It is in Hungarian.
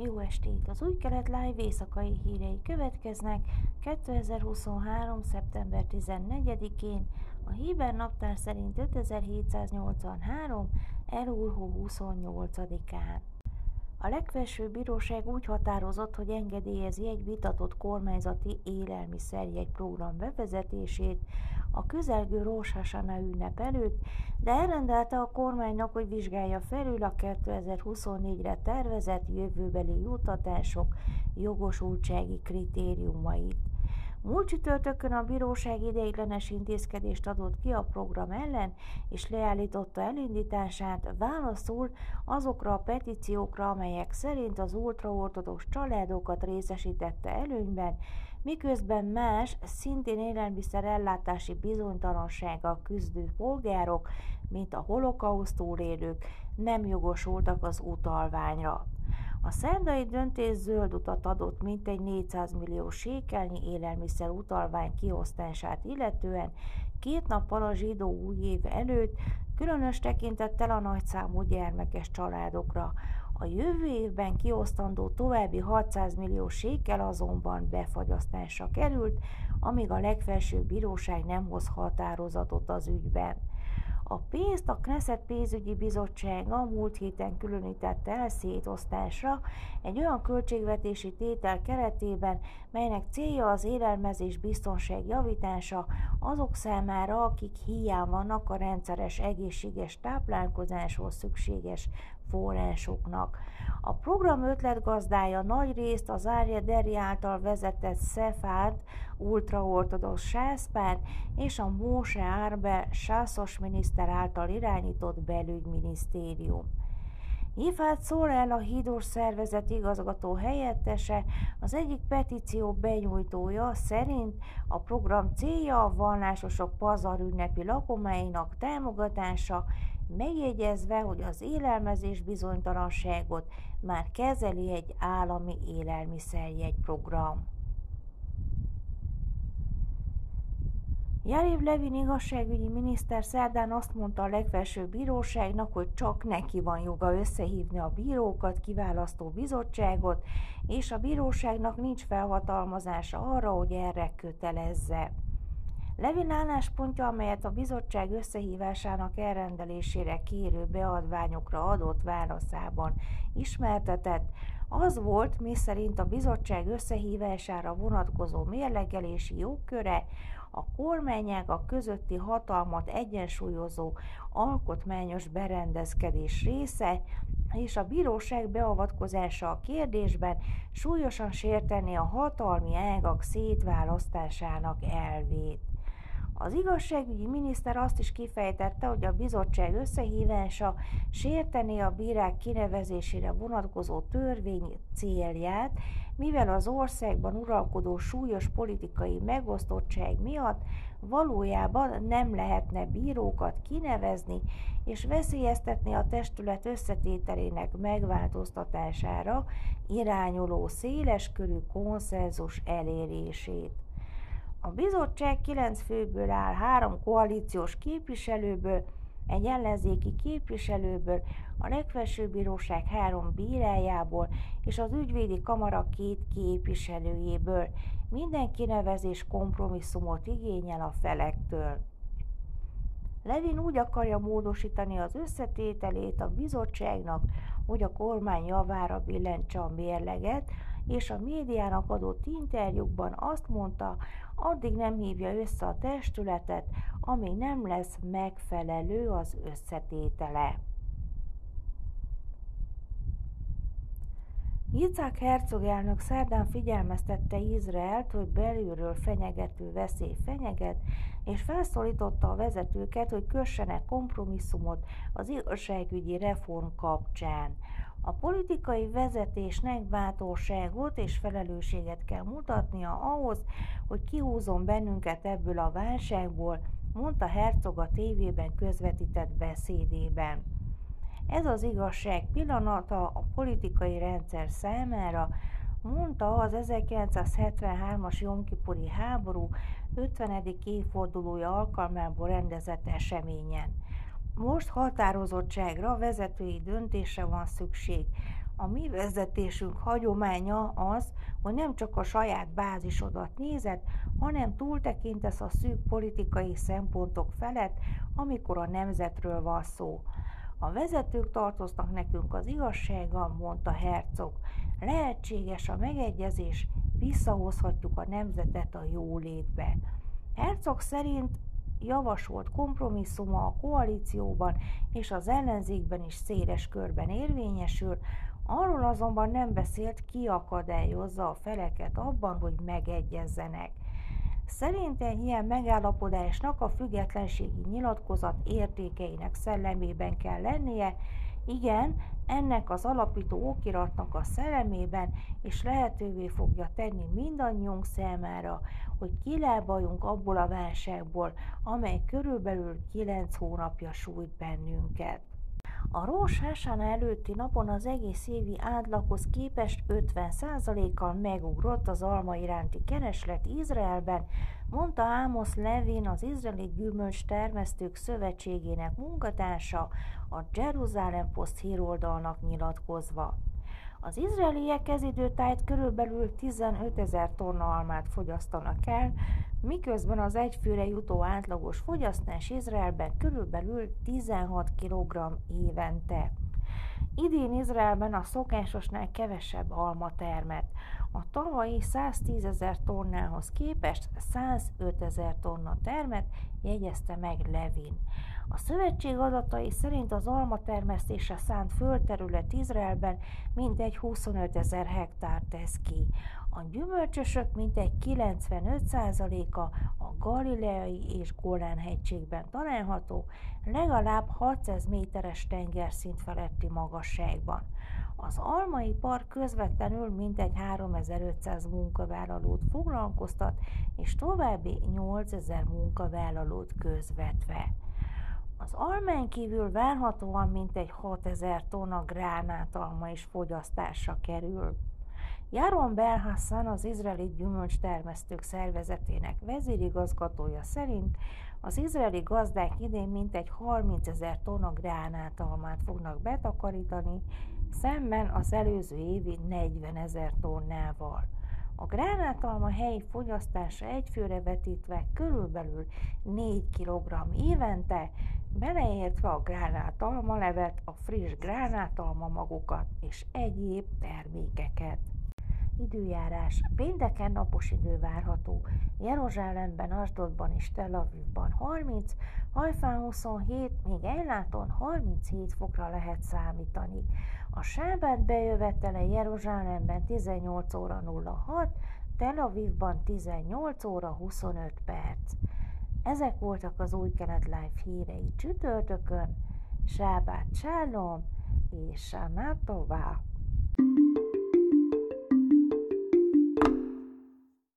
Jó estét! Az Új Kelet Live éjszakai hírei következnek 2023. szeptember 14-én, a Héber naptár szerint 5783. Elul-hó 28-án. A legfelsőbb bíróság úgy határozott, hogy engedélyezi egy vitatott kormányzati élelmiszerjegyprogram bevezetését a közelgő Rosh Hashanah ünnep előtt, de elrendelte a kormánynak, hogy vizsgálja felül a 2024-re tervezett jövőbeli juttatások jogosultsági kritériumait. Múlt csütörtökön a bíróság ideiglenes intézkedést adott ki a program ellen, és leállította elindítását válaszul azokra a petíciókra, amelyek szerint az ultraortodox családokat részesítette előnyben, miközben más, szintén élelmiszerellátási bizonytalansággal küzdő polgárok, mint a holokauszt túlélők, nem jogosultak az utalványra. A szerdai döntés zöld utat adott mintegy 400 millió sékelnyi élelmiszer utalvány kiosztását illetően 2 nappal a zsidó új év előtt, különös tekintettel a nagyszámú gyermekes családokra. A jövő évben kiosztandó további 600 millió sékel azonban befagyasztásra került, amíg a legfelsőbb bíróság nem hoz határozatot az ügyben. A pénzt a Knesset pénzügyi bizottsága múlt héten különítette el szétosztásra egy olyan költségvetési tétel keretében, melynek célja az élelmezés biztonság javítása azok számára, akik hiány vannak a rendszeres egészséges táplálkozáshoz szükséges forrásoknak. A program ötletgazdája nagyrészt az Aryeh Deri által vezetett Szefárd ultraortodox sászpárt és a Móse Árbe sászos miniszter által irányított belügyminisztérium. Yifat Szorel, a Hídós szervezet igazgató helyettese, az egyik petíció benyújtója szerint a program célja a vallásosok pazar ünnepi lakomáinak támogatása, megjegyezve, hogy az élelmezés bizonytalanságot már kezeli egy állami élelmiszerjegyprogram. Yariv Levin igazságügyi miniszter szerdán azt mondta a legfelsőbb bíróságnak, hogy csak neki van joga összehívni a bírókat, kiválasztó bizottságot, és a bíróságnak nincs felhatalmazása arra, hogy erre kötelezze. Levin álláspontja, amelyet a bizottság összehívásának elrendelésére kérő beadványokra adott válaszában ismertetett, az volt, miszerint a bizottság összehívására vonatkozó mérlegelési jogköre a kormányágak közötti hatalmat egyensúlyozó alkotmányos berendezkedés része, és a bíróság beavatkozása a kérdésben súlyosan sértené a hatalmi ágak szétválasztásának elvét. Az igazságügyi miniszter azt is kifejtette, hogy a bizottság összehívása sértené a bírák kinevezésére vonatkozó törvény célját, mivel az országban uralkodó súlyos politikai megosztottság miatt valójában nem lehetne bírókat kinevezni, és veszélyeztetni a testület összetételének megváltoztatására irányuló széleskörű konszenzus elérését. A bizottság 9 főből áll, 3 koalíciós képviselőből, egy ellenzéki képviselőből, a legfelsőbb bíróság 3 bírájából és az ügyvédi kamara 2 képviselőjéből. Minden kinevezés kompromisszumot igényel a felektől. Levin úgy akarja módosítani az összetételét a bizottságnak, hogy a kormány javára billentse a mérleget, és a médiának adott interjúkban azt mondta, addig nem hívja össze a testületet, amíg nem lesz megfelelő az összetétele. Yitzhak Herzog elnök szerdán figyelmeztette Izraelt, hogy belülről fenyegető veszély fenyeget, és felszólította a vezetőket, hogy kössenek kompromisszumot az igazságügyi reform kapcsán. A politikai vezetésnek bátorságot és felelősséget kell mutatnia ahhoz, hogy kihúzzon bennünket ebből a válságból, mondta Herzog a tévében közvetített beszédében. Ez az igazság pillanata a politikai rendszer számára, mondta az 1973-as Jom-Kipuri háború 50. évfordulója alkalmából rendezett eseményen. Most határozottságra, vezetői döntésre van szükség. A mi vezetésünk hagyománya az, hogy nem csak a saját bázisodat nézed, hanem túltekintesz a szűk politikai szempontok felett, amikor a nemzetről van szó. A vezetők tartoznak nekünk az igazsággal, mondta Herzog. Lehetséges a megegyezés, visszahozhatjuk a nemzetet a jólétbe. Herzog szerint javasolt kompromisszuma a koalícióban és az ellenzékben is széles körben érvényesül, arról azonban nem beszélt, ki akadályozza a feleket abban, hogy megegyezzenek. Szerintem ilyen megállapodásnak a függetlenségi nyilatkozat értékeinek szellemében kell lennie, igen, ennek az alapító okiratnak a szellemében, és lehetővé fogja tenni mindannyiunk számára, hogy kilábaljunk abból a válságból, amely körülbelül 9 hónapja sújt bennünket. A Rosh Hashanah előtti napon az egész évi átlaghoz képest 50%-kal megugrott az alma iránti kereslet Izraelben, mondta Amos Levin, az Izraeli Gyümölcs Termesztők Szövetségének munkatársa, a Jerusalem Post híroldalnak nyilatkozva. Az izraeliek ez időtájt körülbelül 15 000 tonna almát fogyasztanak el, miközben az egyfőre jutó átlagos fogyasztás Izraelben körülbelül 16 kg évente. Idén Izraelben a szokásosnál kevesebb alma termett. A tavalyi 110 000 tonnához képest 105 000 tonna termett, jegyezte meg Levin. A szövetség adatai szerint az almatermesztésre szánt földterület Izraelben mintegy 25 000 hektár tesz ki. A gyümölcsösök mintegy 95%-a a Galileai és Golán hegységben található, legalább 600 méteres tengerszint feletti magasságban. Az almaipar közvetlenül mintegy 3500 munkavállalót foglalkoztat, és további 8000 munkavállalót közvetve. Az almán kívül várhatóan mintegy 6000 tonna gránátalma is fogyasztásra kerül. Jaron Belhassan, az Izraeli Gyümölcstermesztők Szervezetének vezérigazgatója szerint az izraeli gazdák idén mintegy 30 000 tonna gránátalmát fognak betakarítani, szemben az előző évi 40 000 tonnával. A gránátalma helyi fogyasztása egyfőre vetítve körülbelül 4 kg évente, beleértve a gránátalma levet, a friss gránátalma magokat és egyéb termékeket. Időjárás. Pénteken napos idő várható. Jeruzsálemben, Asdodban és Tel Avivban 30, Hajfán 27, még Eiláton 37 fokra lehet számítani. A sábát bejövetele Jeruzsálemben 18 óra 06, Tel Avivban 18 óra 25 perc. Ezek voltak az Új Kelet Live hírei csütörtökön. Sábát sálom és Shana Tová!